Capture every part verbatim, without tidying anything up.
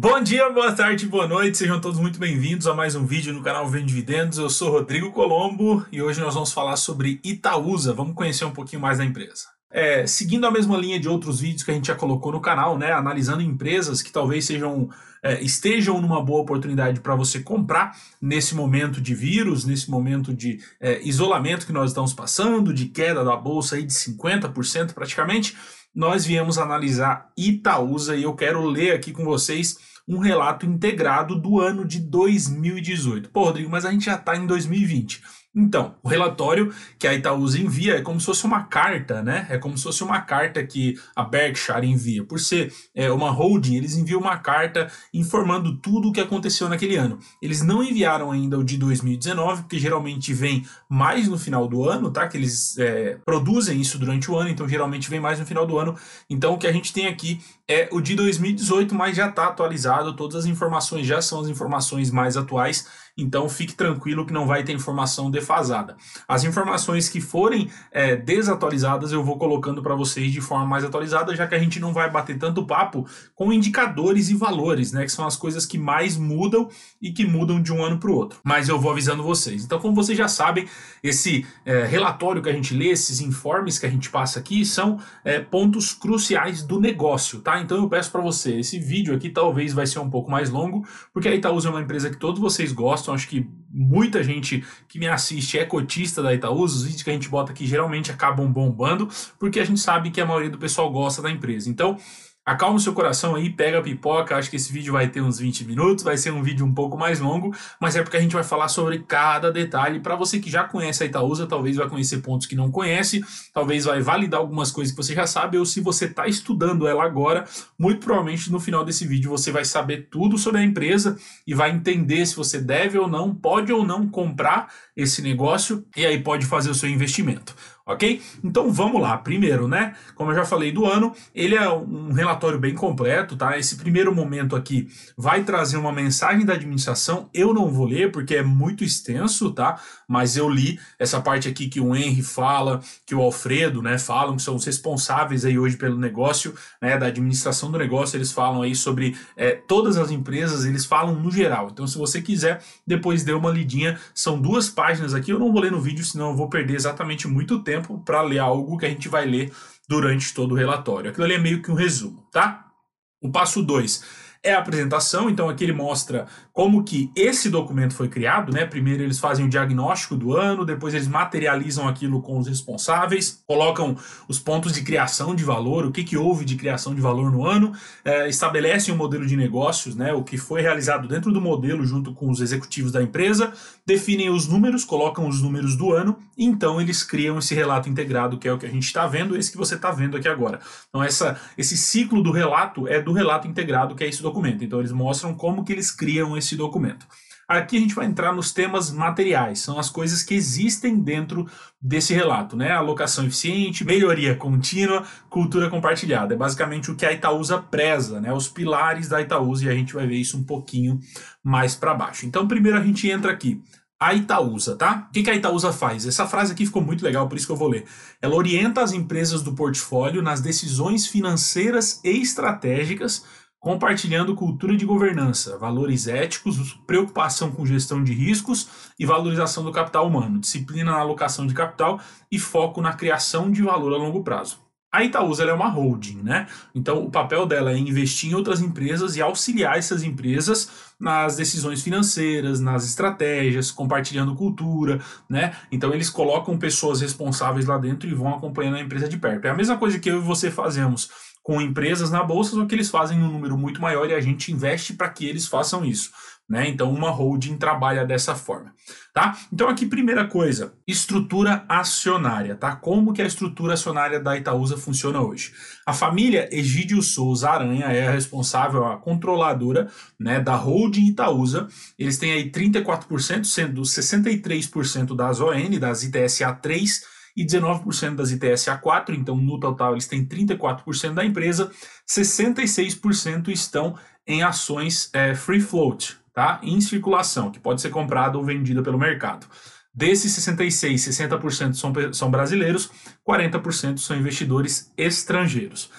Bom dia, boa tarde, boa noite, sejam todos muito bem-vindos a mais um vídeo no canal Vem Dividendos. Eu sou Rodrigo Colombo e hoje nós vamos falar sobre Itaúsa. Vamos conhecer um pouquinho mais da empresa. É, seguindo a mesma linha de outros vídeos que a gente já colocou no canal, né, analisando empresas que talvez sejam, é, estejam numa boa oportunidade para você comprar nesse momento de vírus, nesse momento de é, isolamento que nós estamos passando, de queda da bolsa aí de cinquenta por cento praticamente, nós viemos analisar Itaúsa e eu quero ler aqui com vocês um relato integrado do ano de dois mil e dezoito. Pô, Rodrigo, mas a gente já está em dois mil e vinte. Então, o relatório que a Itaúsa envia é como se fosse uma carta, né? É como se fosse uma carta que a Berkshire envia. Por ser é, uma holding, eles enviam uma carta informando tudo o que aconteceu naquele ano. Eles não enviaram ainda o de dois mil e dezenove, porque geralmente vem mais no final do ano, tá? Que eles é, produzem isso durante o ano, então geralmente vem mais no final do ano. Então, o que a gente tem aqui é o de dois mil e dezoito, mas já está atualizado, todas as informações já são as informações mais atuais, então fique tranquilo que não vai ter informação defasada. As informações que forem é, desatualizadas eu vou colocando para vocês de forma mais atualizada, já que a gente não vai bater tanto papo com indicadores e valores, né, que são as coisas que mais mudam e que mudam de um ano para o outro. Mas eu vou avisando vocês. Então, como vocês já sabem, esse é, relatório que a gente lê, esses informes que a gente passa aqui, são é, pontos cruciais do negócio, tá? Então eu peço para você, esse vídeo aqui talvez vai ser um pouco mais longo, porque a Itaúsa é uma empresa que todos vocês gostam, acho que muita gente que me assiste é cotista da Itaúsa, os vídeos que a gente bota aqui geralmente acabam bombando, porque a gente sabe que a maioria do pessoal gosta da empresa. Então, acalma o seu coração aí, pega a pipoca, acho que esse vídeo vai ter uns vinte minutos, vai ser um vídeo um pouco mais longo, mas é porque a gente vai falar sobre cada detalhe. Para você que já conhece a Itaúsa, talvez vai conhecer pontos que não conhece, talvez vai validar algumas coisas que você já sabe, ou se você está estudando ela agora, muito provavelmente no final desse vídeo você vai saber tudo sobre a empresa e vai entender se você deve ou não, pode ou não comprar esse negócio e aí pode fazer o seu investimento. Ok? Então vamos lá. Primeiro, né? Como eu já falei do ano, ele é um relatório bem completo, tá? Esse primeiro momento aqui vai trazer uma mensagem da administração. Eu não vou ler porque é muito extenso, tá? Mas eu li essa parte aqui que o Henry fala, que o Alfredo, né, falam que são os responsáveis aí hoje pelo negócio, né, da administração do negócio. Eles falam aí sobre é, todas as empresas, eles falam no geral. Então, se você quiser, depois dê uma lidinha. São duas páginas aqui. Eu não vou ler no vídeo, senão eu vou perder exatamente muito tempo tempo para ler algo que a gente vai ler durante todo o relatório. Aquilo ali é meio que um resumo, tá? O passo dois é a apresentação, então aqui ele mostra como que esse documento foi criado, né? Primeiro eles fazem o diagnóstico do ano, depois eles materializam aquilo com os responsáveis, colocam os pontos de criação de valor, o que, que houve de criação de valor no ano, é, estabelecem um modelo de negócios, né? O que foi realizado dentro do modelo junto com os executivos da empresa, definem os números, colocam os números do ano, e então eles criam esse relato integrado, que é o que a gente está vendo, esse que você está vendo aqui agora. Então essa, esse ciclo do relato é do relato integrado, que é esse documento. Então eles mostram como que eles criam esse documento. Aqui a gente vai entrar nos temas materiais, são as coisas que existem dentro desse relato, né? Alocação eficiente, melhoria contínua, cultura compartilhada. É basicamente o que a Itaúsa preza, né? Os pilares da Itaúsa, e a gente vai ver isso um pouquinho mais para baixo. Então primeiro a gente entra aqui. A Itaúsa, tá? O que a Itaúsa faz? Essa frase aqui ficou muito legal, por isso que eu vou ler. Ela orienta as empresas do portfólio nas decisões financeiras e estratégicas, compartilhando cultura de governança, valores éticos, preocupação com gestão de riscos e valorização do capital humano, disciplina na alocação de capital e foco na criação de valor a longo prazo. A Itaúsa ela é uma holding, né? Então o papel dela é investir em outras empresas e auxiliar essas empresas nas decisões financeiras, nas estratégias, compartilhando cultura, né? Então eles colocam pessoas responsáveis lá dentro e vão acompanhando a empresa de perto. É a mesma coisa que eu e você fazemos com empresas na bolsa, só que eles fazem um número muito maior e a gente investe para que eles façam isso, né? Então uma holding trabalha dessa forma, tá? Então aqui primeira coisa, estrutura acionária, tá? Como que a estrutura acionária da Itaúsa funciona hoje? A família Egídio Souza Aranha é a responsável, a controladora, né, da holding Itaúsa. Eles têm aí trinta e quatro por cento, sendo sessenta e três por cento das O N, das I T S A três e dezenove por cento das I T S A quatro, então no total eles têm trinta e quatro por cento da empresa, sessenta e seis por cento estão em ações é, free float, tá? Em circulação, que pode ser comprada ou vendida pelo mercado. Desses sessenta e seis, sessenta por cento são, são brasileiros, quarenta por cento são investidores estrangeiros.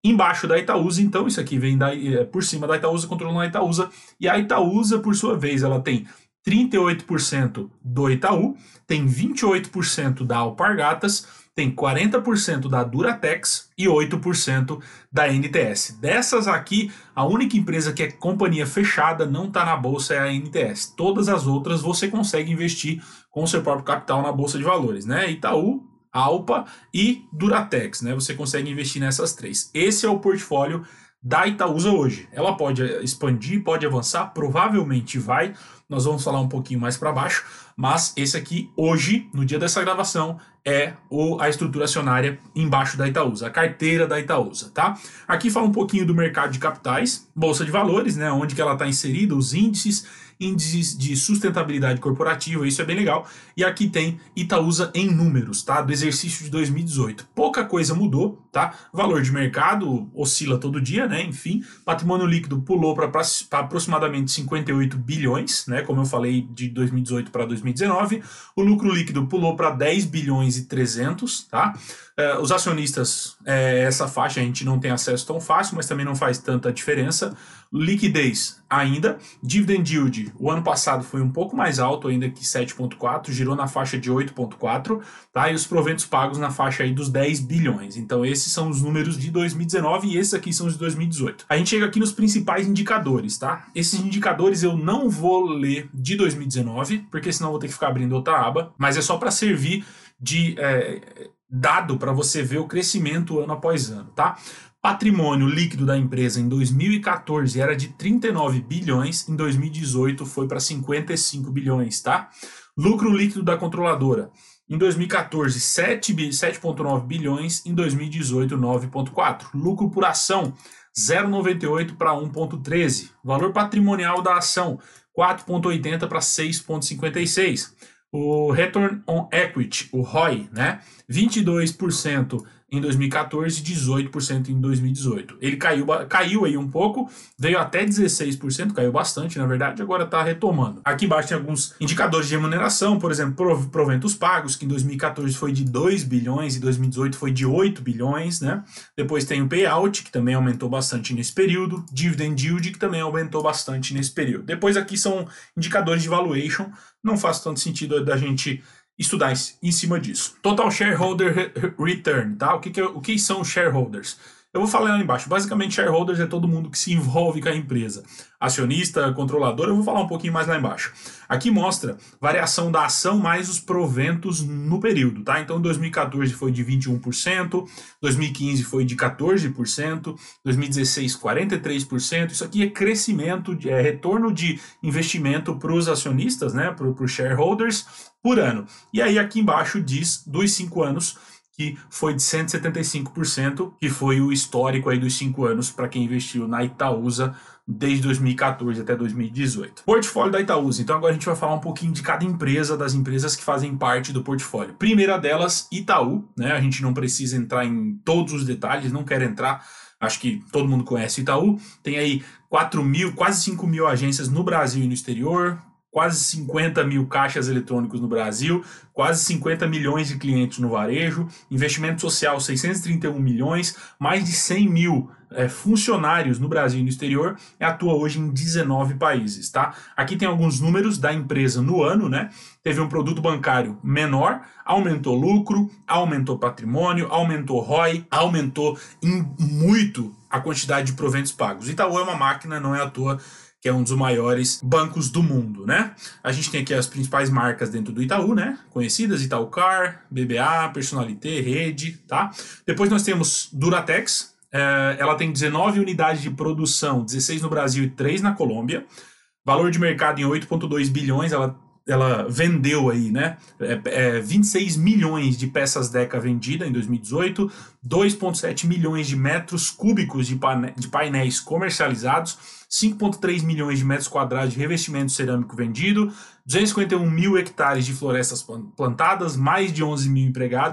Embaixo da Itaúsa, então, isso aqui vem da, é, por cima da Itaúsa, controlando a Itaúsa, e a Itaúsa, por sua vez, ela tem trinta e oito por cento do Itaú, tem vinte e oito por cento da Alpargatas, tem quarenta por cento da Duratex e oito por cento da N T S. Dessas aqui, a única empresa que é companhia fechada, não está na bolsa, é a N T S. Todas as outras você consegue investir com o seu próprio capital na bolsa de valores, né? Itaú, Alpa e Duratex, né? Você consegue investir nessas três. Esse é o portfólio da Itaúsa hoje. Ela pode expandir, pode avançar, provavelmente vai. Nós vamos falar um pouquinho mais para baixo, mas esse aqui hoje, no dia dessa gravação, é o, a estrutura acionária embaixo da Itaúsa, a carteira da Itaúsa, tá? Aqui fala um pouquinho do mercado de capitais, bolsa de valores, né? Onde que ela está inserida, os índices, índices de sustentabilidade corporativa, isso é bem legal. E aqui tem Itaúsa em números, tá? Do exercício de dois mil e dezoito. Pouca coisa mudou, tá? Valor de mercado oscila todo dia, né? Enfim, patrimônio líquido pulou para aproximadamente cinquenta e oito bilhões, né? Como eu falei, de dois mil e dezoito para dois mil e dezenove. O lucro líquido pulou para dez bilhões e trezentos, tá? Uh, os acionistas, é, essa faixa a gente não tem acesso tão fácil, mas também não faz tanta diferença. Liquidez ainda. Dividend yield, o ano passado foi um pouco mais alto ainda que sete vírgula quatro, girou na faixa de oito vírgula quatro, tá? E os proventos pagos na faixa aí dos dez bilhões. Então esses são os números de dois mil e dezenove e esses aqui são os de dois mil e dezoito. A gente chega aqui nos principais indicadores, tá? Esses indicadores eu não vou ler de dois mil e dezenove, porque senão eu vou ter que ficar abrindo outra aba, mas é só para servir de é, dado para você ver o crescimento ano após ano, tá? Patrimônio líquido da empresa em dois mil e quatorze era de trinta e nove bilhões, em dois mil e dezoito foi para cinquenta e cinco bilhões, tá? Lucro líquido da controladora em dois mil e quatorze, sete vírgula nove bilhões, em dois mil e dezoito, nove vírgula quatro. Lucro por ação, zero vírgula noventa e oito para um vírgula treze. Valor patrimonial da ação, quatro vírgula oitenta para seis vírgula cinquenta e seis. O Return on Equity, o R O I, né? vinte e dois por cento em dois mil e quatorze e dezoito por cento em dois mil e dezoito. Ele caiu, caiu aí um pouco, veio até dezesseis por cento, caiu bastante, na verdade, agora está retomando. Aqui embaixo tem alguns indicadores de remuneração, por exemplo, proventos pagos, que em dois mil e quatorze foi de dois bilhões e dois mil e dezoito foi de oito bilhões, né? Depois tem o payout, que também aumentou bastante nesse período, dividend yield, que também aumentou bastante nesse período. Depois aqui são indicadores de valuation, não faz tanto sentido da gente estudar em cima disso. Total Shareholder Return, tá? O que, que, é, o que são os shareholders? Eu vou falar lá embaixo. Basicamente, shareholders é todo mundo que se envolve com a empresa. Acionista, controlador, eu vou falar um pouquinho mais lá embaixo. Aqui mostra variação da ação mais os proventos no período, tá? Então, dois mil e quatorze foi de vinte e um por cento, dois mil e quinze foi de quatorze por cento, dois mil e dezesseis, quarenta e três por cento. Isso aqui é crescimento, é retorno de investimento para os acionistas, né? Para os shareholders por ano. E aí, aqui embaixo diz dos cinco anos, que foi de cento e setenta e cinco por cento, que foi o histórico aí dos cinco anos para quem investiu na Itaúsa desde dois mil e quatorze até dois mil e dezoito. Portfólio da Itaúsa. Então agora a gente vai falar um pouquinho de cada empresa, das empresas que fazem parte do portfólio. Primeira delas, Itaú, né? A gente não precisa entrar em todos os detalhes, não quero entrar, acho que todo mundo conhece o Itaú. Tem aí quatro mil, quase cinco mil agências no Brasil e no exterior, quase cinquenta mil caixas eletrônicos no Brasil, quase cinquenta milhões de clientes no varejo, investimento social seiscentos e trinta e um milhões, mais de cem mil é, funcionários no Brasil e no exterior, e atua hoje em dezenove países, tá? Aqui tem alguns números da empresa no ano, né? Teve um produto bancário menor, aumentou lucro, aumentou patrimônio, aumentou R O I, aumentou em muito a quantidade de proventos pagos. Itaú é uma máquina, não é à toa que é um dos maiores bancos do mundo, né? A gente tem aqui as principais marcas dentro do Itaú, né? Conhecidas, Itaúcar, B B A, Personalité, Rede, tá? Depois nós temos Duratex, é, ela tem dezenove unidades de produção, dezesseis no Brasil e três na Colômbia. Valor de mercado em oito vírgula dois bilhões, ela ela vendeu aí, né, é, é, vinte e seis milhões de peças Deca vendida em dois mil e dezoito, dois vírgula sete milhões de metros cúbicos de, pane, de painéis comercializados, cinco vírgula três milhões de metros quadrados de revestimento cerâmico vendido, duzentos e cinquenta e um mil hectares de florestas plantadas, mais de onze mil empregados,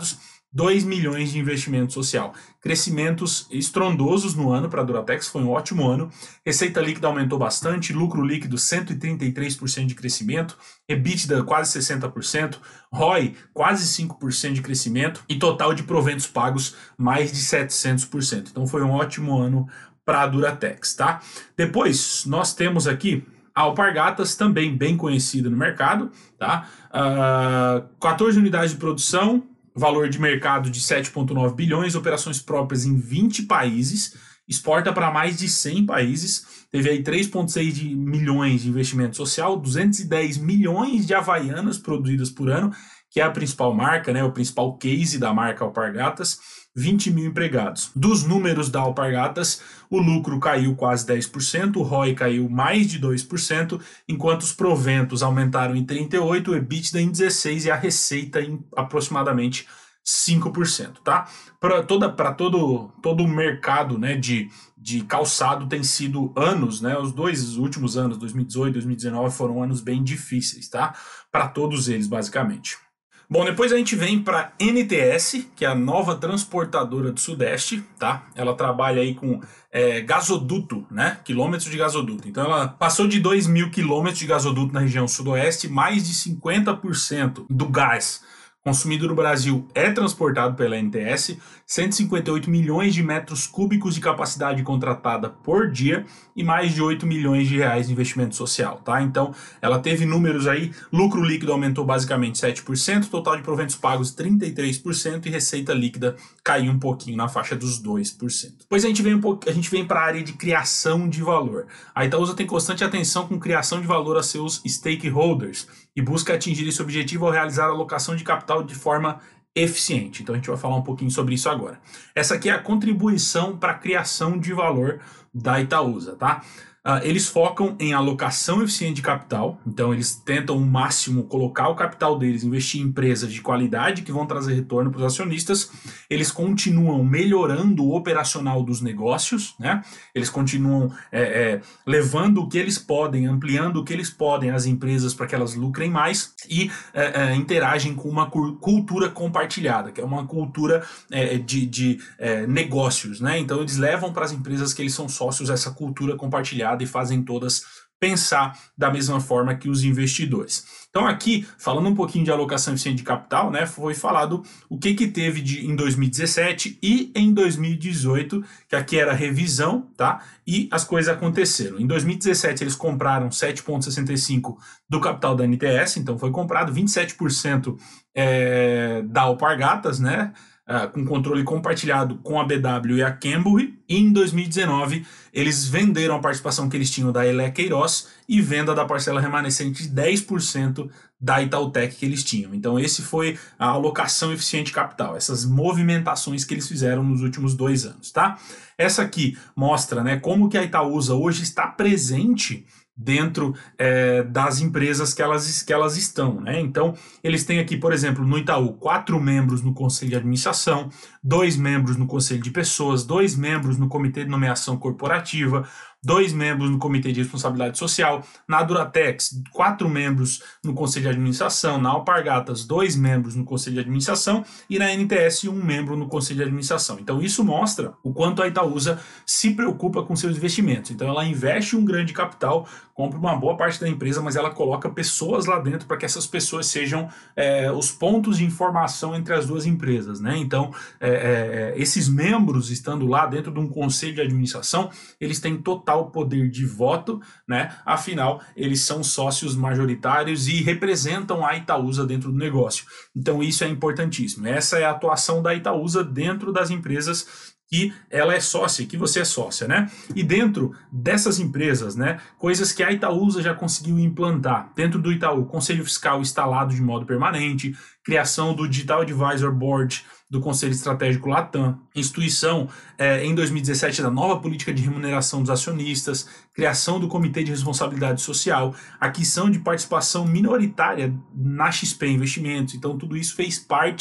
dois milhões de investimento social. Crescimentos estrondosos no ano para a Duratex, foi um ótimo ano. Receita líquida aumentou bastante, lucro líquido cento e trinta e três por cento de crescimento, EBITDA quase sessenta por cento, R O I quase cinco por cento de crescimento e total de proventos pagos mais de setecentos por cento. Então foi um ótimo ano para a Duratex, tá? Depois nós temos aqui a Alpargatas, também bem conhecida no mercado, tá? Uh, quatorze unidades de produção, valor de mercado de sete vírgula nove bilhões, operações próprias em vinte países, exporta para mais de cem países, teve aí três vírgula seis de milhões de investimento social, duzentos e dez milhões de Havaianas produzidas por ano, que é a principal marca, né, o principal case da marca Alpargatas, vinte mil empregados. Dos números da Alpargatas, o lucro caiu quase dez por cento, o R O I caiu mais de dois por cento, enquanto os proventos aumentaram em trinta e oito por cento, o EBITDA em dezesseis por cento e a receita em aproximadamente cinco por cento, tá? Para toda para todo todo o mercado, né, de, de calçado tem sido anos, né? Os dois últimos anos, dois mil e dezoito, dois mil e dezenove, foram anos bem difíceis, tá? Para todos eles, basicamente. Bom, depois a gente vem para N T S, que é a nova transportadora do Sudeste, tá? Ela trabalha aí com é, gasoduto, né? Quilômetros de gasoduto. Então ela passou de dois mil quilômetros de gasoduto na região sudoeste, mais de cinquenta por cento do gás consumido no Brasil é transportado pela N T S, cento e cinquenta e oito milhões de metros cúbicos de capacidade contratada por dia e mais de oito milhões de reais de investimento social, tá? Então, ela teve números aí, lucro líquido aumentou basicamente sete por cento, total de proventos pagos trinta e três por cento e receita líquida caiu um pouquinho na faixa dos dois por cento. Depois a gente vem, um pouco, a gente vem para a área de criação de valor. A Itaúsa tem constante atenção com criação de valor a seus stakeholders e busca atingir esse objetivo ao realizar a alocação de capital de forma eficiente. Então a gente vai falar um pouquinho sobre isso agora. Essa aqui é a contribuição para a criação de valor da Itaúsa, tá? Uh, eles focam em alocação eficiente de capital, então eles tentam ao máximo colocar o capital deles, investir em empresas de qualidade que vão trazer retorno para os acionistas. Eles continuam melhorando o operacional dos negócios, né? Eles continuam é, é, levando o que eles podem, ampliando o que eles podem às empresas para que elas lucrem mais e é, é, interagem com uma cultura compartilhada, que é uma cultura é, de, de é, negócios, né? Então eles levam para as empresas que eles são sócios essa cultura compartilhada e fazem todas pensar da mesma forma que os investidores. Então aqui, falando um pouquinho de alocação eficiente de capital, né, foi falado o que que teve de, em dois mil e dezessete e em dois mil e dezoito, que aqui era revisão, tá? E as coisas aconteceram. Em dois mil e dezessete eles compraram sete vírgula sessenta e cinco por cento do capital da N T S, então foi comprado vinte e sete por cento é, da Alpargatas, né? Uh, com controle compartilhado com a B W e a Cambury, e em dois mil e dezenove eles venderam a participação que eles tinham da Elé Queiroz e venda da parcela remanescente de dez por cento da Itautec que eles tinham. Então esse foi a alocação eficiente de capital, essas movimentações que eles fizeram nos últimos dois anos, tá? Essa aqui mostra, né, como que a Itaúsa hoje está presente dentro é, das empresas que elas, que elas estão, né? Então, eles têm aqui, por exemplo, no Itaú, quatro membros no Conselho de Administração, dois membros no Conselho de Pessoas, dois membros no Comitê de Nomeação Corporativa, dois membros no Comitê de Responsabilidade Social, na Duratex, quatro membros no Conselho de Administração, na Alpargatas, dois membros no Conselho de Administração e na N T S, um membro no Conselho de Administração. Então isso mostra o quanto a Itaúsa se preocupa com seus investimentos. Então ela investe um grande capital, compra uma boa parte da empresa, mas ela coloca pessoas lá dentro para que essas pessoas sejam é, os pontos de informação entre as duas empresas, né? Então é, é, esses membros estando lá dentro de um Conselho de Administração, eles têm total poder de voto, né? Afinal, eles são sócios majoritários e representam a Itaúsa dentro do negócio. Então, isso é importantíssimo. Essa é a atuação da Itaúsa dentro das empresas que ela é sócia, que você é sócia, né? E dentro dessas empresas, né, coisas que a Itaúsa já conseguiu implantar. Dentro do Itaú, Conselho Fiscal instalado de modo permanente, criação do Digital Advisor Board do Conselho Estratégico Latam, instituição eh, em dois mil e dezessete da nova política de remuneração dos acionistas, criação do Comitê de Responsabilidade Social, aquisição de participação minoritária na X P Investimentos. Então tudo isso fez parte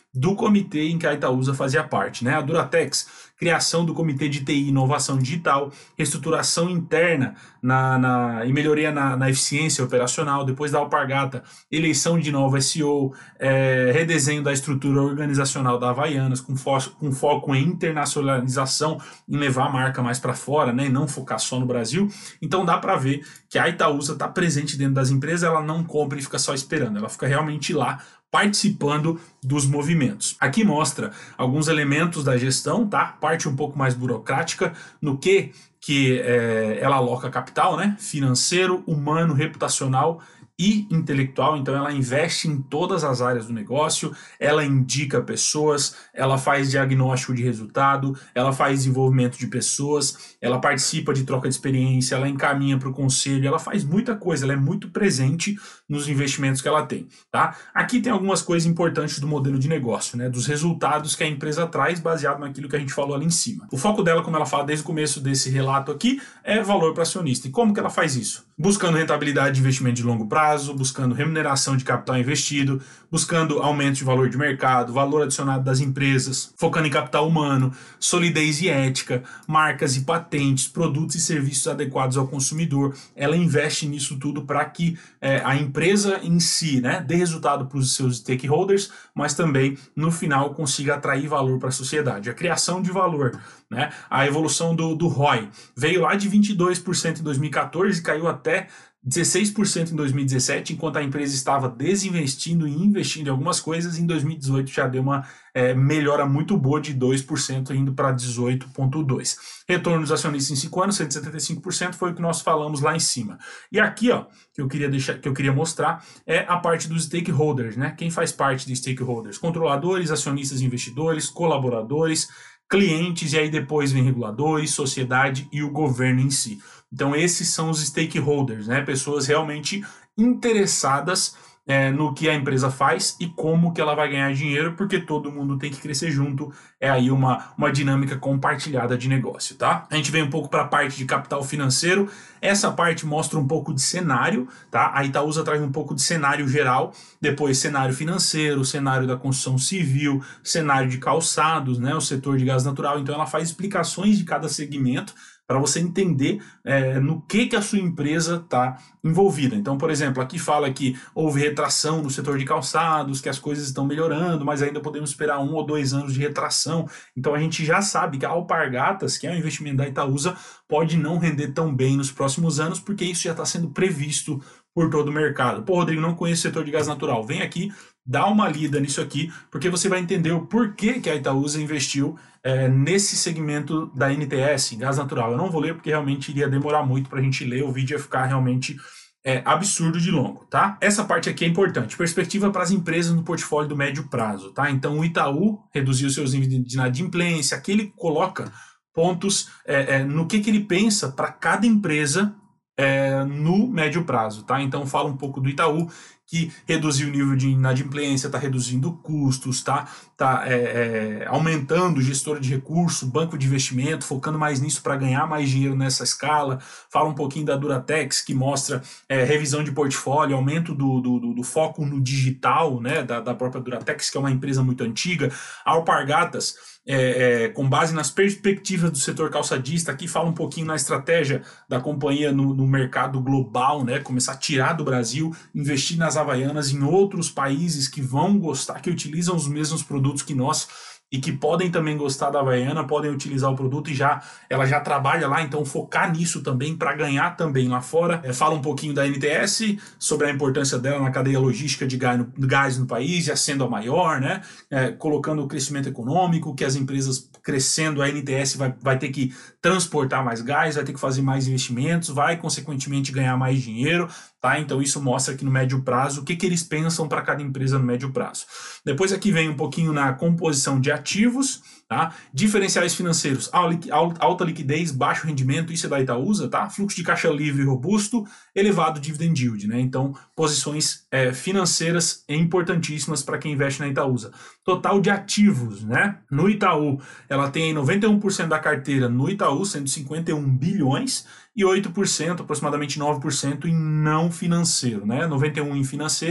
do comitê em que a Itaúsa fazia parte, né? A Duratex, criação do Comitê de T I e Inovação Digital, reestruturação interna na, na, e melhoria na, na eficiência operacional. Depois da Alpargata, eleição de novo S E O, é, redesenho da estrutura organizacional da Havaianas, com, fo com foco em internacionalização, em levar a marca mais para fora, né, e não focar só no Brasil. Então dá para ver que a Itaúsa está presente dentro das empresas, ela não compra e fica só esperando, ela fica realmente lá participando dos movimentos. Aqui mostra alguns elementos da gestão, tá? Parte um pouco mais burocrática, no que que é, ela aloca capital, né? Financeiro, humano, reputacional e intelectual. Então ela investe em todas as áreas do negócio, ela indica pessoas, ela faz diagnóstico de resultado, ela faz desenvolvimento de pessoas, ela participa de troca de experiência, ela encaminha para o conselho, ela faz muita coisa, ela é muito presente nos investimentos que ela tem, tá? Aqui tem algumas coisas importantes do modelo de negócio, né? Dos resultados que a empresa traz baseado naquilo que a gente falou ali em cima. O foco dela, como ela fala desde o começo desse relato aqui, é valor para acionista. E como que ela faz isso? Buscando rentabilidade de investimento de longo prazo, buscando remuneração de capital investido, buscando aumento de valor de mercado, valor adicionado das empresas, focando em capital humano, solidez e ética, marcas e patentes, produtos e serviços adequados ao consumidor. Ela investe nisso tudo para que é, a empresa em si, né, dê resultado para os seus stakeholders, mas também no final consiga atrair valor para a sociedade. A criação de valor, né, a evolução do, do R O I veio lá de vinte e dois por cento em dois mil e quatorze e caiu até dezesseis por cento em dois mil e dezessete, enquanto a empresa estava desinvestindo e investindo em algumas coisas. Em dois mil e dezoito já deu uma é, melhora muito boa de dois por cento, indo para dezoito vírgula dois por cento. Retorno dos acionistas em cinco anos, cento e setenta e cinco por cento, foi o que nós falamos lá em cima. E aqui, ó, que eu queria deixar, que eu queria mostrar é a parte dos stakeholders, né? Quem faz parte de stakeholders? Controladores, acionistas e investidores, colaboradores, clientes, e aí depois vem reguladores, sociedade e o governo em si. Então esses são os stakeholders, né? Pessoas realmente interessadas é, no que a empresa faz e como que ela vai ganhar dinheiro, porque todo mundo tem que crescer junto, é aí uma, uma dinâmica compartilhada de negócio, tá? A gente vem um pouco para a parte de capital financeiro, essa parte mostra um pouco de cenário, tá? A Itaúsa traz um pouco de cenário geral, depois cenário financeiro, cenário da construção civil, cenário de calçados, né? O setor de gás natural, então ela faz explicações de cada segmento, para você entender é, no que, que a sua empresa está envolvida. Então, por exemplo, aqui fala que houve retração no setor de calçados, que as coisas estão melhorando, mas ainda podemos esperar um ou dois anos de retração. Então a gente já sabe que a Alpargatas, que é um investimento da Itaúsa, pode não render tão bem nos próximos anos, porque isso já está sendo previsto por todo o mercado. Pô, Rodrigo, não conheço o setor de gás natural. Vem aqui, dá uma lida nisso aqui, porque você vai entender o porquê que a Itaúsa investiu é, nesse segmento da N T S, gás natural. Eu não vou ler porque realmente iria demorar muito para a gente ler, o vídeo ia ficar realmente é, absurdo de longo, tá? Essa parte aqui é importante, perspectiva para as empresas no portfólio do médio prazo, tá? Então o Itaú reduziu seus níveis de inadimplência, aqui ele coloca pontos é, é, no que, que ele pensa para cada empresa é, no médio prazo, tá? Então fala um pouco do Itaú, que reduziu o nível de inadimplência, está reduzindo custos, tá, tá é, é, aumentando o gestor de recurso, banco de investimento, focando mais nisso para ganhar mais dinheiro nessa escala. Fala um pouquinho da Duratex, que mostra é, revisão de portfólio, aumento do, do, do foco no digital, né, da, da própria Duratex, que é uma empresa muito antiga. A Alpargatas, É, é, com base nas perspectivas do setor calçadista, aqui fala um pouquinho na estratégia da companhia no, no mercado global, né, começar a tirar do Brasil, investir nas Havaianas em outros países que vão gostar, que utilizam os mesmos produtos que nós e que podem também gostar da Havaiana, podem utilizar o produto e já ela já trabalha lá, então focar nisso também para ganhar também lá fora. É, fala um pouquinho da N T S, sobre a importância dela na cadeia logística de gás no, gás no país, já sendo a maior, né? É, colocando o crescimento econômico, que as empresas crescendo, a N T S vai, vai ter que transportar mais gás, vai ter que fazer mais investimentos, vai consequentemente ganhar mais dinheiro, tá? Então isso mostra aqui no médio prazo o que, que eles pensam para cada empresa no médio prazo. Depois aqui vem um pouquinho na composição de ativos, tá? Diferenciais financeiros, alta liquidez, baixo rendimento, isso é da Itaúsa, tá? Fluxo de caixa livre robusto, elevado dividend yield, né? Então, posições é, financeiras importantíssimas para quem investe na Itaúsa. Total de ativos, né? No Itaú, ela tem noventa e um por cento da carteira no Itaú, sendo cinquenta e um bilhões, e oito por cento, aproximadamente nove por cento em não financeiro, né? noventa e um por cento em financeiro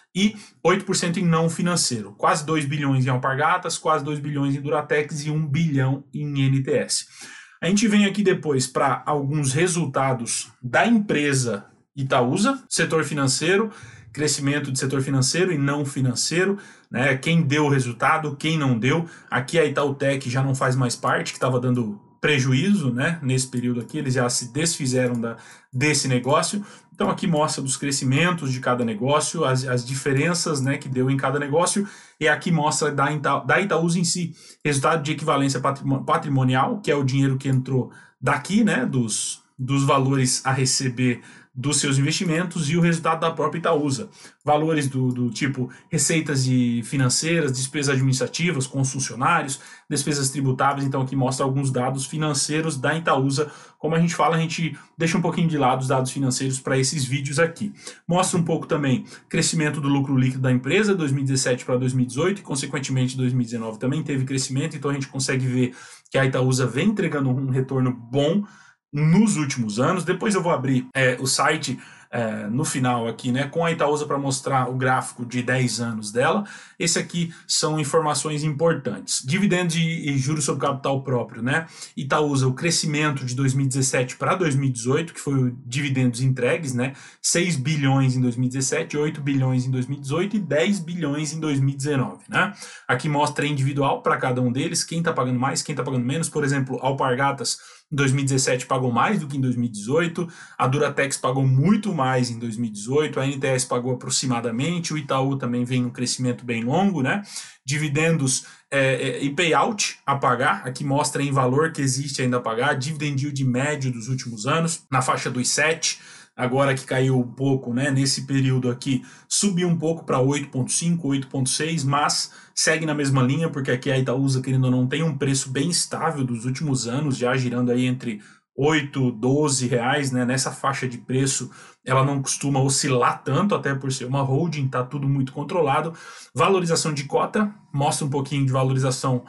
e oito por cento em não financeiro. Quase dois bilhões em Alpargatas, quase dois bilhões em Duratex e um bilhão em N T S. A gente vem aqui depois para alguns resultados da empresa Itaúsa, setor financeiro, crescimento de setor financeiro e não financeiro, né? Quem deu o resultado, quem não deu. Aqui a Itautec já não faz mais parte, que estava dando prejuízo, né? Nesse período aqui, eles já se desfizeram da, desse negócio. Então aqui mostra dos crescimentos de cada negócio, as, as diferenças, né, que deu em cada negócio, e aqui mostra da, Ita, da Itaúsa em si, resultado de equivalência patrimonial, que é o dinheiro que entrou daqui, né, dos, dos valores a receber dos seus investimentos, e o resultado da própria Itaúsa. Valores do, do tipo receitas de financeiras, despesas administrativas com os funcionários, despesas tributáveis. Então aqui mostra alguns dados financeiros da Itaúsa. Como a gente fala, a gente deixa um pouquinho de lado os dados financeiros para esses vídeos aqui. Mostra um pouco também crescimento do lucro líquido da empresa, dois mil e dezessete para dois mil e dezoito, e consequentemente dois mil e dezenove também teve crescimento. Então a gente consegue ver que a Itaúsa vem entregando um retorno bom nos últimos anos. Depois eu vou abrir é, o site é, no final aqui, né, com a Itaúsa para mostrar o gráfico de dez anos dela. Esse aqui são informações importantes. Dividendos e, e juros sobre capital próprio, né? Itaúsa, o crescimento de dois mil e dezessete para dois mil e dezoito, que foi o dividendos entregues, né? seis bilhões em dois mil e dezessete, oito bilhões em dois mil e dezoito e dez bilhões em dois mil e dezenove, né? Aqui mostra individual para cada um deles, quem está pagando mais, quem está pagando menos. Por exemplo, Alpargatas em dois mil e dezessete pagou mais do que em dois mil e dezoito, a Duratex pagou muito mais em dois mil e dezoito, a N T S pagou aproximadamente, o Itaú também vem um crescimento bem longo, né? Dividendos é, e payout a pagar, aqui mostra em valor que existe ainda a pagar, dividend yield médio dos últimos anos, na faixa dos sete, agora que caiu um pouco, né, nesse período aqui, subiu um pouco para oito vírgula cinco, oito vírgula seis, mas segue na mesma linha, porque aqui a Itaúsa, querendo ou não, tem um preço bem estável dos últimos anos, já girando aí entre oito, doze reais, né, nessa faixa de preço. Ela não costuma oscilar tanto, até por ser uma holding, tá tudo muito controlado. Valorização de cota, mostra um pouquinho de valorização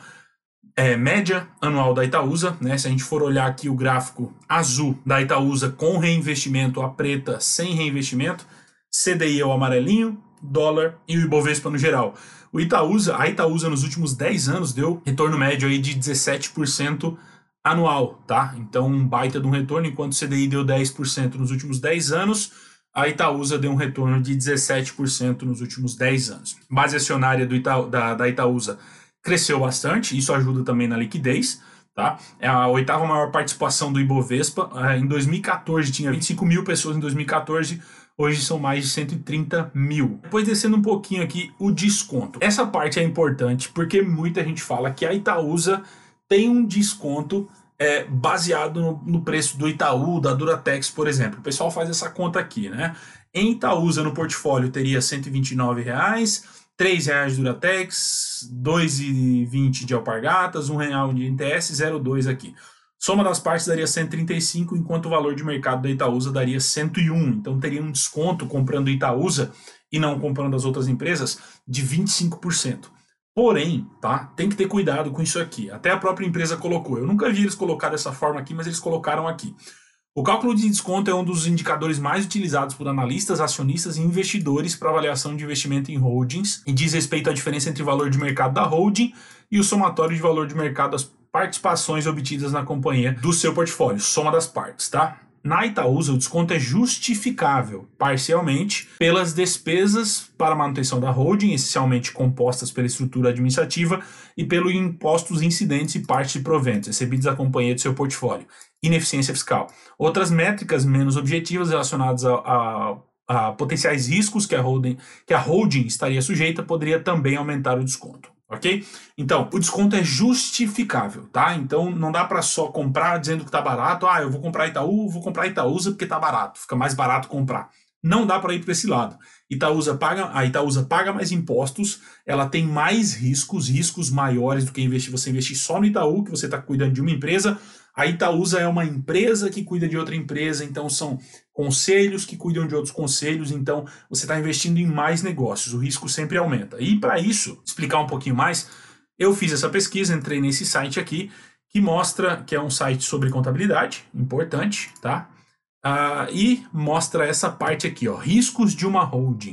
É, média anual da Itaúsa, né? Se a gente for olhar aqui o gráfico azul da Itaúsa com reinvestimento, a preta sem reinvestimento, C D I é o amarelinho, dólar e o Ibovespa no geral. O Itaúsa, a Itaúsa nos últimos dez anos deu retorno médio aí de dezessete por cento anual, tá? Então um baita de um retorno, enquanto o C D I deu dez por cento nos últimos dez anos, a Itaúsa deu um retorno de dezessete por cento nos últimos dez anos. Base acionária do Ita, da, da Itaúsa cresceu bastante, isso ajuda também na liquidez, tá? É a oitava maior participação do Ibovespa. Em dois mil e quatorze tinha vinte e cinco mil pessoas, em dois mil e quatorze, hoje são mais de cento e trinta mil. Depois descendo um pouquinho aqui, o desconto. Essa parte é importante porque muita gente fala que a Itaúsa tem um desconto é, baseado no, no preço do Itaú, da Duratex, por exemplo. O pessoal faz essa conta aqui, né? Em Itaúsa, no portfólio, teria cento e vinte e nove reais, três reais de Duratex, dois reais e vinte de Alpargatas, um real de N T S, zero vírgula dois aqui. Soma das partes daria cento e trinta e cinco, enquanto o valor de mercado da Itaúsa daria cento e um. Então teria um desconto comprando Itaúsa e não comprando as outras empresas de vinte e cinco por cento. Porém, tá, tem que ter cuidado com isso aqui. Até a própria empresa colocou. Eu nunca vi eles colocar dessa forma aqui, mas eles colocaram aqui. O cálculo de desconto é um dos indicadores mais utilizados por analistas, acionistas e investidores para avaliação de investimento em holdings e diz respeito à diferença entre o valor de mercado da holding e o somatório de valor de mercado das participações obtidas na companhia do seu portfólio, soma das partes, tá? Na Itaúsa, o desconto é justificável, parcialmente, pelas despesas para a manutenção da holding, essencialmente compostas pela estrutura administrativa, e pelos impostos incidentes e parte de proventos recebidos da companhia do seu portfólio. Ineficiência fiscal. Outras métricas menos objetivas relacionadas a, a, a potenciais riscos que a, holding, que a holding estaria sujeita poderia também aumentar o desconto. Ok? Então, o desconto é justificável, tá? Então, não dá para só comprar dizendo que tá barato. Ah, eu vou comprar Itaú, vou comprar Itaúsa porque tá barato. Fica mais barato comprar. Não dá para ir para esse lado. Itaúsa paga, a Itaúsa paga mais impostos, ela tem mais riscos, riscos maiores do que investir, você investir só no Itaú, que você está cuidando de uma empresa. A Itaúsa é uma empresa que cuida de outra empresa, então são conselhos que cuidam de outros conselhos, então você está investindo em mais negócios, o risco sempre aumenta. E para isso, explicar um pouquinho mais, eu fiz essa pesquisa, entrei nesse site aqui, que mostra que é um site sobre contabilidade, importante, tá? Uh, e mostra essa parte aqui, ó, riscos de uma holding.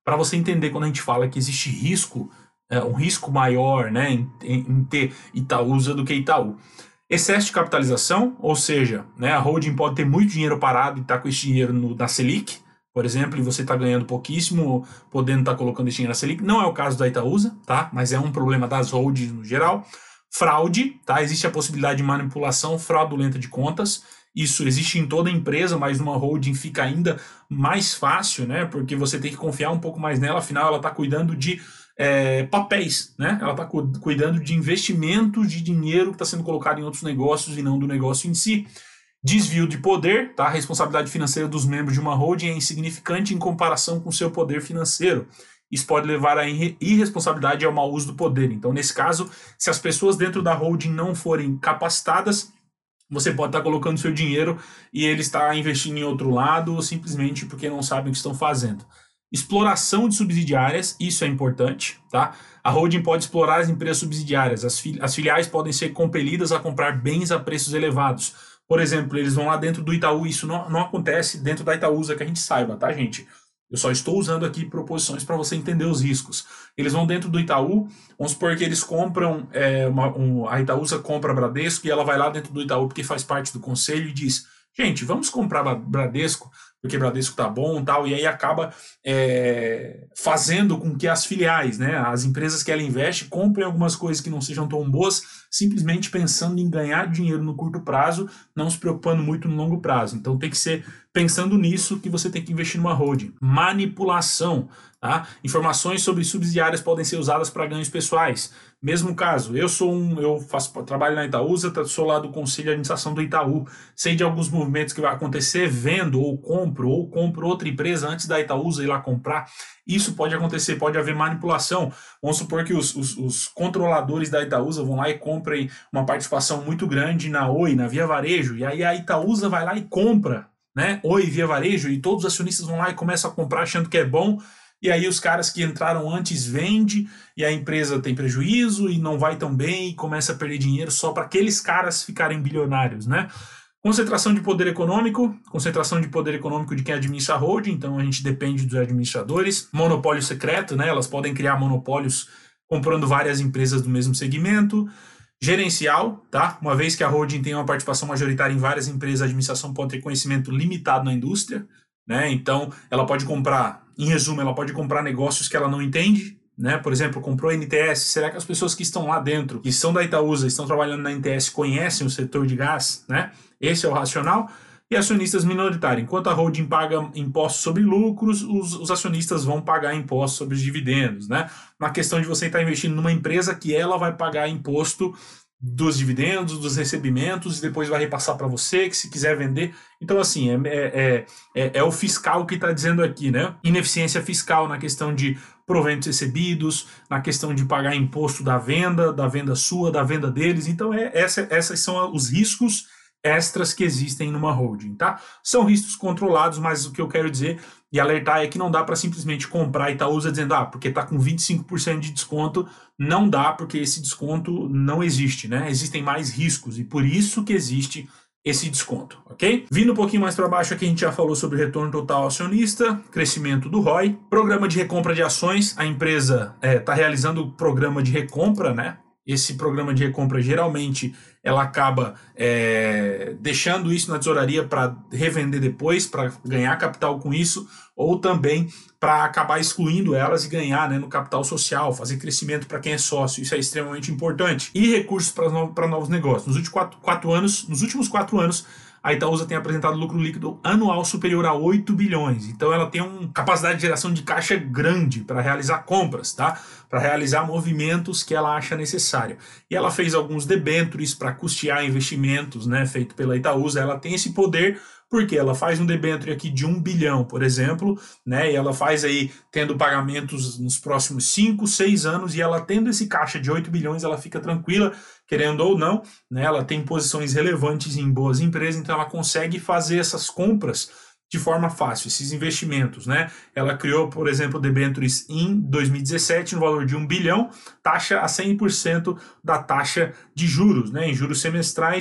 para você entender quando a gente fala que existe risco, é, um risco maior, né, em, em, em ter Itaúsa do que Itaú. Excesso de capitalização, ou seja, né, a holding pode ter muito dinheiro parado e estar tá com esse dinheiro no, na Selic, por exemplo, e você está ganhando pouquíssimo, podendo estar tá colocando esse dinheiro na Selic. Não é o caso da Itaúsa, tá? Mas é um problema das holdings no geral. Fraude, tá? Existe a possibilidade de manipulação fraudulenta de contas. Isso existe em toda empresa, mas numa holding fica ainda mais fácil, né? Porque você tem que confiar um pouco mais nela, afinal ela está cuidando de é, papéis, né? Ela está cu cuidando de investimentos de dinheiro que está sendo colocado em outros negócios e não do negócio em si. Desvio de poder, tá? A responsabilidade financeira dos membros de uma holding é insignificante em comparação com o seu poder financeiro. Isso pode levar à irresponsabilidade e ao mau uso do poder. Então, nesse caso, se as pessoas dentro da holding não forem capacitadas, você pode estar colocando seu dinheiro e ele está investindo em outro lado, simplesmente porque não sabem o que estão fazendo. Exploração de subsidiárias, isso é importante, tá? A holding pode explorar as empresas subsidiárias. As, fili as filiais podem ser compelidas a comprar bens a preços elevados. Por exemplo, eles vão lá dentro do Itaú, isso não, não acontece dentro da Itaúsa, que a gente saiba, tá, gente? Eu só estou usando aqui proposições para você entender os riscos. Eles vão dentro do Itaú, vamos supor que eles compram, é, uma, um, a Itaúsa compra a Bradesco e ela vai lá dentro do Itaú porque faz parte do conselho e diz, gente, vamos comprar a Bradesco, porque Bradesco tá bom e tal, e aí acaba é, fazendo com que as filiais, né, as empresas que ela investe, comprem algumas coisas que não sejam tão boas, simplesmente pensando em ganhar dinheiro no curto prazo, não se preocupando muito no longo prazo. Então tem que ser pensando nisso que você tem que investir numa holding. Manipulação, tá? Informações sobre subsidiárias podem ser usadas para ganhos pessoais. Mesmo caso, eu sou um, eu faço trabalho na Itaúsa, sou lá do Conselho de Administração do Itaú, sei de alguns movimentos que vai acontecer, vendo ou compro, ou compro outra empresa antes da Itaúsa ir lá comprar. Isso pode acontecer, pode haver manipulação. Vamos supor que os, os, os controladores da Itaúsa vão lá e comprem uma participação muito grande na Oi, na Via Varejo, e aí a Itaúsa vai lá e compra, né? Oi, Via Varejo, e todos os acionistas vão lá e começam a comprar achando que é bom, e aí os caras que entraram antes vendem, e a empresa tem prejuízo e não vai tão bem e começa a perder dinheiro só para aqueles caras ficarem bilionários, né? Concentração de poder econômico, concentração de poder econômico de quem administra a holding, então a gente depende dos administradores. Monopólio secreto, né? Elas podem criar monopólios comprando várias empresas do mesmo segmento. Gerencial, tá? Uma vez que a holding tem uma participação majoritária em várias empresas, a administração pode ter conhecimento limitado na indústria, né? Então ela pode comprar, em resumo, ela pode comprar negócios que ela não entende, né? Por exemplo, comprou a N T S, será que as pessoas que estão lá dentro, que são da Itaúsa, estão trabalhando na N T S, conhecem o setor de gás, né? Esse é o racional. E acionistas minoritários. Enquanto a holding paga impostos sobre lucros, os, os acionistas vão pagar impostos sobre os dividendos, né? Na questão de você estar investindo numa empresa que ela vai pagar imposto dos dividendos, dos recebimentos, e depois vai repassar para você, que se quiser vender. Então, assim, é, é, é, é o fiscal que está dizendo aqui, né? Ineficiência fiscal na questão de proventos recebidos, na questão de pagar imposto da venda, da venda sua, da venda deles. Então, é, essa, essas são os riscos extras que existem numa holding, tá? São riscos controlados, mas o que eu quero dizer e alertar é que não dá para simplesmente comprar a Itaúsa dizendo, ah, porque tá com vinte e cinco por cento de desconto, não dá, porque esse desconto não existe, né? Existem mais riscos e por isso que existe esse desconto, ok? Vindo um pouquinho mais para baixo aqui, a gente já falou sobre retorno total acionista, crescimento do R O I, programa de recompra de ações, a empresa está é, realizando o programa de recompra, né? Esse programa de recompra, geralmente, ela acaba é, deixando isso na tesouraria para revender depois, para ganhar capital com isso, ou também para acabar excluindo elas e ganhar, né, no capital social, fazer crescimento para quem é sócio. Isso é extremamente importante. E recursos para no, novos negócios. Nos últimos quatro, quatro anos, nos últimos quatro anos, a Itaúsa tem apresentado lucro líquido anual superior a oito bilhões. Então ela tem uma capacidade de geração de caixa grande para realizar compras, tá? Para realizar movimentos que ela acha necessário. E ela fez alguns debêntures para custear investimentos, né, feito pela Itaúsa. Ela tem esse poder porque ela faz um debênture aqui de um bilhão, por exemplo, né, e ela faz aí tendo pagamentos nos próximos cinco, seis anos, e ela tendo esse caixa de oito bilhões, ela fica tranquila, querendo ou não, né, ela tem posições relevantes em boas empresas, então ela consegue fazer essas compras de forma fácil, esses investimentos, né? Ela criou, por exemplo, debêntures em dois mil e dezessete no valor de um bilhão, taxa a cem por cento da taxa de juros, né? Em juros semestrais,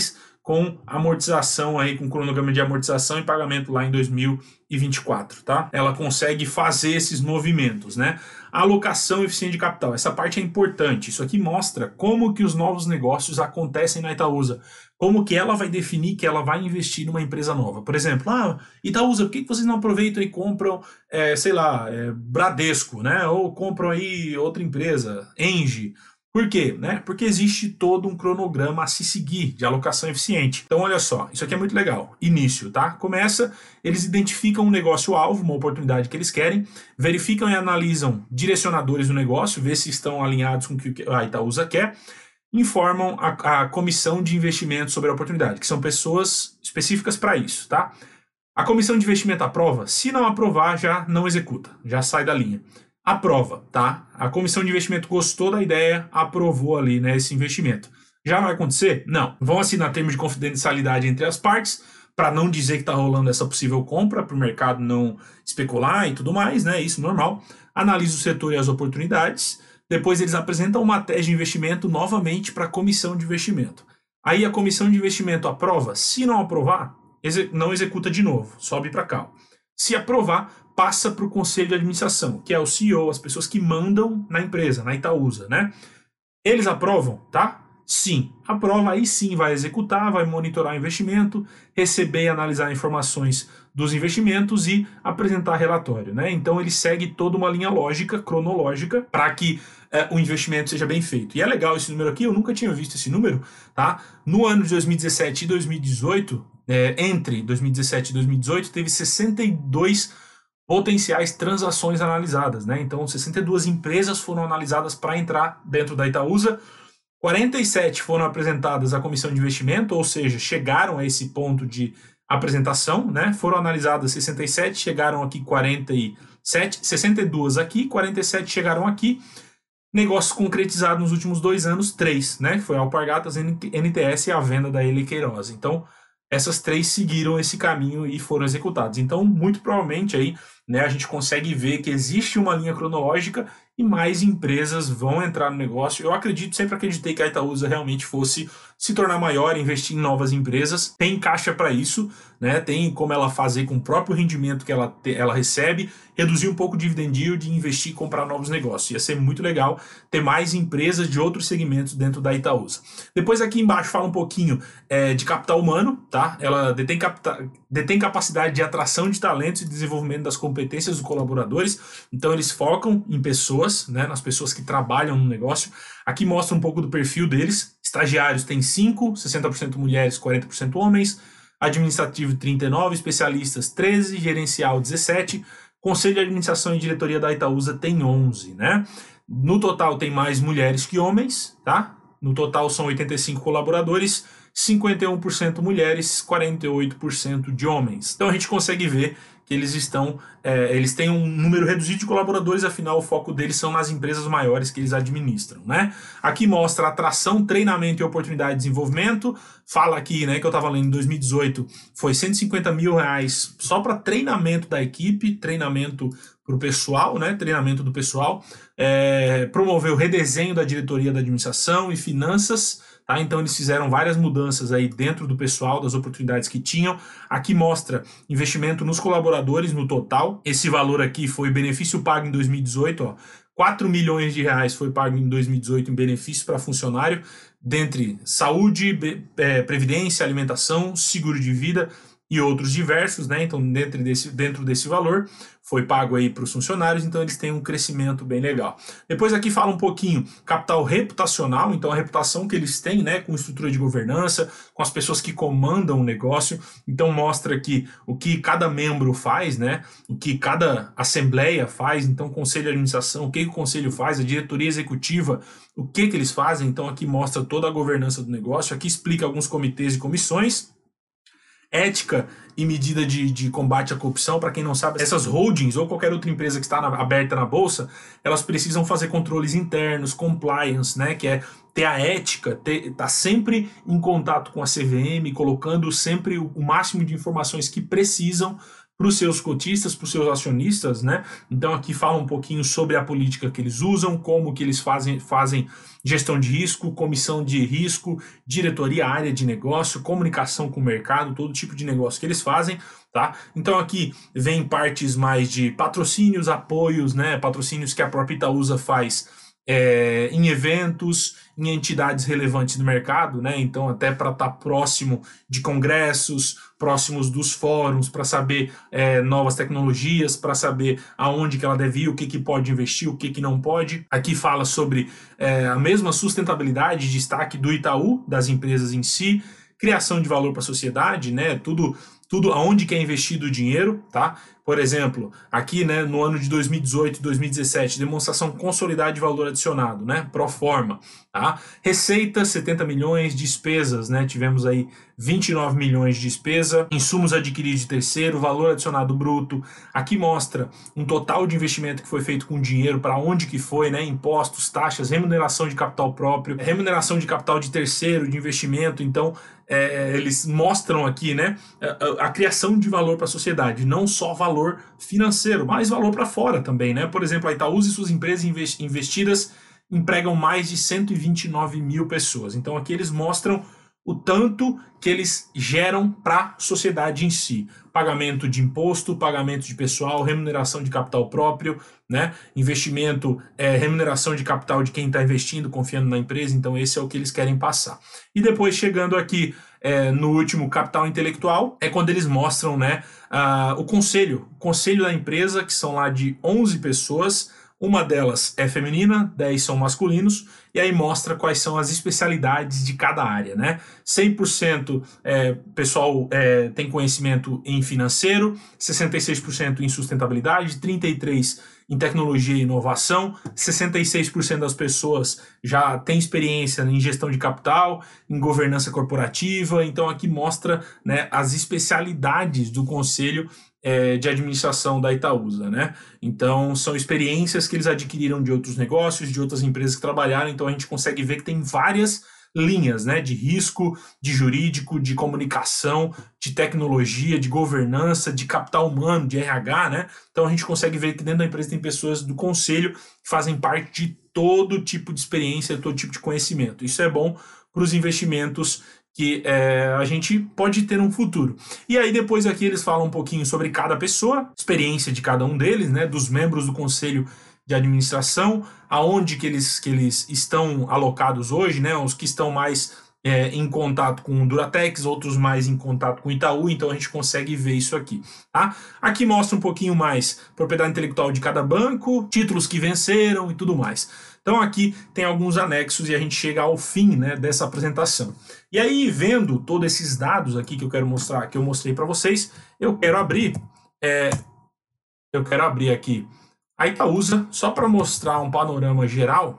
com amortização aí, com cronograma de amortização e pagamento lá em dois mil e vinte e quatro, tá? Ela consegue fazer esses movimentos, né? Alocação eficiente de capital, essa parte é importante. Isso aqui mostra como que os novos negócios acontecem na Itaúsa, como que ela vai definir que ela vai investir numa empresa nova. Por exemplo, ah, Itaúsa, por que vocês não aproveitam e compram, é, sei lá, é, Bradesco, né? Ou compram aí outra empresa, Engie. Por quê? Né? Porque existe todo um cronograma a se seguir de alocação eficiente. Então, olha só, isso aqui é muito legal. Início, tá? Começa, eles identificam um negócio-alvo, uma oportunidade que eles querem, verificam e analisam direcionadores do negócio, vê se estão alinhados com o que a Itaúsa quer, informam a, a comissão de investimento sobre a oportunidade, que são pessoas específicas para isso, tá? A comissão de investimento aprova? Se não aprovar, já não executa, já sai da linha. Aprova, tá? A comissão de investimento gostou da ideia, aprovou ali, né, esse investimento. Já vai acontecer? Não. Vão assinar termos de confidencialidade entre as partes, para não dizer que está rolando essa possível compra, para o mercado não especular e tudo mais, né? Isso normal. Analisa o setor e as oportunidades. Depois eles apresentam uma tese de investimento novamente para a comissão de investimento. Aí a comissão de investimento aprova. Se não aprovar, não executa de novo, sobe para cá. Se aprovar, passa para o conselho de administração, que é o C E O, as pessoas que mandam na empresa, na Itaúsa, né? Eles aprovam, tá? Sim. Aprova, aí sim vai executar, vai monitorar o investimento, receber e analisar informações dos investimentos e apresentar relatório, né? Então ele segue toda uma linha lógica, cronológica, para que é, o investimento seja bem feito. E é legal esse número aqui, eu nunca tinha visto esse número, tá? No ano de dois mil e dezessete e dois mil e dezoito, é, entre dois mil e dezessete e dois mil e dezoito, teve sessenta e duas potenciais transações analisadas, né? Então, sessenta e duas empresas foram analisadas para entrar dentro da Itaúsa, quarenta e sete foram apresentadas à comissão de investimento, ou seja, chegaram a esse ponto de apresentação, né? Foram analisadas sessenta e sete, chegaram aqui quarenta e sete, sessenta e duas aqui, quarenta e sete chegaram aqui. Negócios concretizados nos últimos dois anos, três, né? Foi a Alpargatas, N T S e a venda da Eli Queiroz. Então, essas três seguiram esse caminho e foram executadas. Então, muito provavelmente aí, né, a gente consegue ver que existe uma linha cronológica e mais empresas vão entrar no negócio. Eu acredito, sempre acreditei que a Itaúsa realmente fosse se tornar maior, investir em novas empresas. Tem caixa para isso, né? Tem como ela fazer com o próprio rendimento que ela, te, ela recebe, reduzir um pouco o dividend yield e investir e comprar novos negócios. Ia ser muito legal ter mais empresas de outros segmentos dentro da Itaúsa. Depois aqui embaixo fala um pouquinho é, de capital humano, tá? Ela detém, capta, detém capacidade de atração de talentos e desenvolvimento das competências dos colaboradores. Então eles focam em pessoas, né, nas pessoas que trabalham no negócio. Aqui mostra um pouco do perfil deles. Estagiários tem cinco, sessenta por cento mulheres, quarenta por cento homens. Administrativo trinta e nove, especialistas treze, gerencial dezessete. Conselho de administração e diretoria da Itaúsa tem onze, né? No total tem mais mulheres que homens, tá? No total são oitenta e cinco colaboradores, cinquenta e um por cento mulheres, quarenta e oito por cento de homens. Então a gente consegue ver que eles estão, é, eles têm um número reduzido de colaboradores, afinal o foco deles são nas empresas maiores que eles administram, né? Aqui mostra atração, treinamento e oportunidade de desenvolvimento. Fala aqui, né, que eu estava lendo em dois mil e dezoito, foi cento e cinquenta mil reais só para treinamento da equipe, treinamento para o pessoal, né, treinamento do pessoal. É, promoveu o redesenho da diretoria da administração e finanças. Tá? Então eles fizeram várias mudanças aí dentro do pessoal, das oportunidades que tinham. Aqui mostra investimento nos colaboradores no total. Esse valor aqui foi benefício pago em dois mil e dezoito, ó. quatro milhões de reais foi pago em dois mil e dezoito em benefício para funcionário, dentre saúde, previdência, alimentação, seguro de vida e outros diversos, né? Então, dentro desse, dentro desse valor, foi pago aí para os funcionários, então eles têm um crescimento bem legal. Depois aqui fala um pouquinho capital reputacional, então a reputação que eles têm, né, com estrutura de governança, com as pessoas que comandam o negócio, então mostra aqui o que cada membro faz, né, o que cada assembleia faz, então conselho de administração, o que, que o conselho faz, a diretoria executiva, o que, que eles fazem, então aqui mostra toda a governança do negócio, aqui explica alguns comitês e comissões. Ética e medida de, de combate à corrupção. Para quem não sabe, essas holdings ou qualquer outra empresa que está na, aberta na bolsa, elas precisam fazer controles internos, compliance, né, que é ter a ética, ter, tá sempre em contato com a C V M, colocando sempre o, o máximo de informações que precisam para os seus cotistas, para os seus acionistas, né? Então aqui fala um pouquinho sobre a política que eles usam, como que eles fazem, fazem gestão de risco, comissão de risco, diretoria, área de negócio, comunicação com o mercado, todo tipo de negócio que eles fazem, tá? Então aqui vem partes mais de patrocínios, apoios, né? Patrocínios que a própria Itaúsa faz É, em eventos, em entidades relevantes do mercado, né? Então até para estar tá próximo de congressos, próximos dos fóruns, para saber é, novas tecnologias, para saber aonde que ela deve ir, o que, que pode investir, o que, que não pode. Aqui fala sobre é, a mesma sustentabilidade, destaque do Itaú, das empresas em si, criação de valor para a sociedade, né? Tudo, tudo aonde que é investido o dinheiro, tá? Por exemplo, aqui, né, no ano de dois mil e dezoito e dois mil e dezessete, demonstração consolidada de valor adicionado, né, pro forma, tá? Receita, setenta milhões, despesas, né, tivemos aí vinte e nove milhões de despesa, insumos adquiridos de terceiro, valor adicionado bruto. Aqui mostra um total de investimento que foi feito com dinheiro, para onde que foi, né, impostos, taxas, remuneração de capital próprio, remuneração de capital de terceiro, de investimento. Então, é, eles mostram aqui, né, a, a criação de valor para a sociedade, não só valor financeiro, mas valor para fora também, né? Por exemplo, a Itaúsa e suas empresas investidas empregam mais de cento e vinte e nove mil pessoas. Então aqui eles mostram o tanto que eles geram para a sociedade em si. Pagamento de imposto, pagamento de pessoal, remuneração de capital próprio, né? Investimento, é, remuneração de capital de quem está investindo, confiando na empresa. Então esse é o que eles querem passar. E depois, chegando aqui é, no último, capital intelectual, é quando eles mostram, né, uh, o conselho, o conselho da empresa, que são lá de onze pessoas. Uma delas é feminina, dez são masculinos, e aí mostra quais são as especialidades de cada área, né? cem por cento é, pessoal é, tem conhecimento em financeiro, sessenta e seis por cento em sustentabilidade, trinta e três por cento em tecnologia e inovação, sessenta e seis por cento das pessoas já têm experiência em gestão de capital, em governança corporativa. Então aqui mostra, né, as especialidades do conselho de administração da Itaúsa, né? Então são experiências que eles adquiriram de outros negócios, de outras empresas que trabalharam. Então a gente consegue ver que tem várias linhas, né, de risco, de jurídico, de comunicação, de tecnologia, de governança, de capital humano, de R H, né? Então a gente consegue ver que dentro da empresa tem pessoas do conselho que fazem parte de todo tipo de experiência, todo tipo de conhecimento. Isso é bom para os investimentos que é, a gente pode ter um futuro. E aí depois aqui eles falam um pouquinho sobre cada pessoa, experiência de cada um deles, né, dos membros do conselho de administração, aonde que eles, que eles estão alocados hoje, né, os que estão mais é, em contato com o Duratex, outros mais em contato com o Itaú. Então a gente consegue ver isso aqui, tá? Aqui mostra um pouquinho mais propriedade intelectual de cada banco, títulos que venceram e tudo mais. Então aqui tem alguns anexos e a gente chega ao fim, né, dessa apresentação. E aí, vendo todos esses dados aqui que eu quero mostrar, que eu mostrei para vocês, eu quero abrir, é, eu quero abrir aqui a Itaúsa, só para mostrar um panorama geral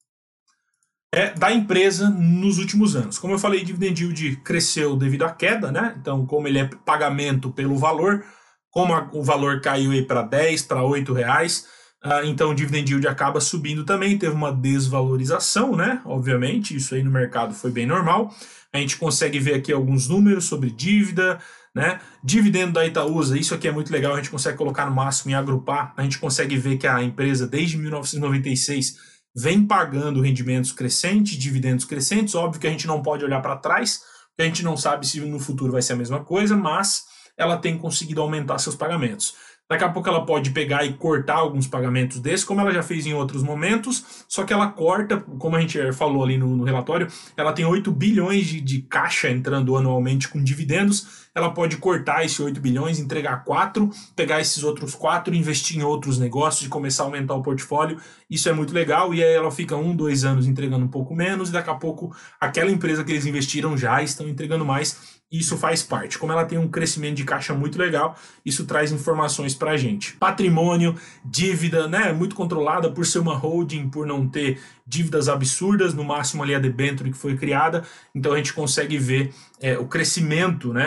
é, da empresa nos últimos anos. Como eu falei, dividend yield cresceu devido à queda, né? Então, como ele é pagamento pelo valor, como a, o valor caiu aí para dez, para oito reais, Uh, então o dividend yield acaba subindo também, teve uma desvalorização, né? Obviamente, isso aí no mercado foi bem normal. A gente consegue ver aqui alguns números sobre dívida, né? Dividendo da Itaúsa, isso aqui é muito legal, a gente consegue colocar no máximo e agrupar. A gente consegue ver que a empresa, desde mil novecentos e noventa e seis, vem pagando rendimentos crescentes, dividendos crescentes. Óbvio que a gente não pode olhar para trás, porque a gente não sabe se no futuro vai ser a mesma coisa, mas ela tem conseguido aumentar seus pagamentos. Daqui a pouco ela pode pegar e cortar alguns pagamentos desses, como ela já fez em outros momentos, só que ela corta, como a gente falou ali no, no relatório, ela tem oito bilhões de, de caixa entrando anualmente com dividendos. Ela pode cortar esses oito bilhões, entregar quatro, pegar esses outros quatro, investir em outros negócios e começar a aumentar o portfólio. Isso é muito legal, e aí ela fica um, dois anos entregando um pouco menos, e daqui a pouco aquela empresa que eles investiram já estão entregando mais. Isso faz parte. Como ela tem um crescimento de caixa muito legal, isso traz informações para a gente. Patrimônio, dívida, né, muito controlada por ser uma holding, por não ter dívidas absurdas, no máximo ali a debênture que foi criada. Então a gente consegue ver é, o crescimento, né,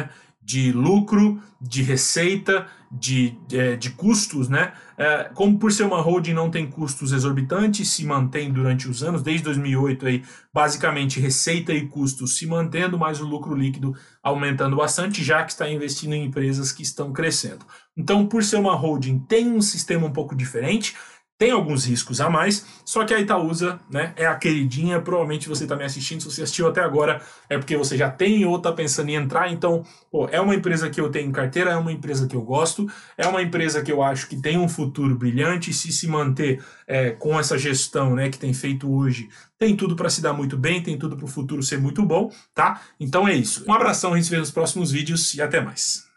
de lucro, de receita, de, de, de custos, né? É, como por ser uma holding não tem custos exorbitantes, se mantém durante os anos, desde dois mil e oito aí, basicamente receita e custos se mantendo, mas o lucro líquido aumentando bastante, já que está investindo em empresas que estão crescendo. Então, por ser uma holding, tem um sistema um pouco diferente, tem alguns riscos a mais, só que a Itaúsa, né, é a queridinha. Provavelmente você está me assistindo, se você assistiu até agora, é porque você já tem ou está pensando em entrar. Então, pô, é uma empresa que eu tenho em carteira, é uma empresa que eu gosto, é uma empresa que eu acho que tem um futuro brilhante. Se se manter é, com essa gestão, né, que tem feito hoje, tem tudo para se dar muito bem, tem tudo para o futuro ser muito bom, tá? Então é isso. Um abração, a gente se vê nos próximos vídeos e até mais.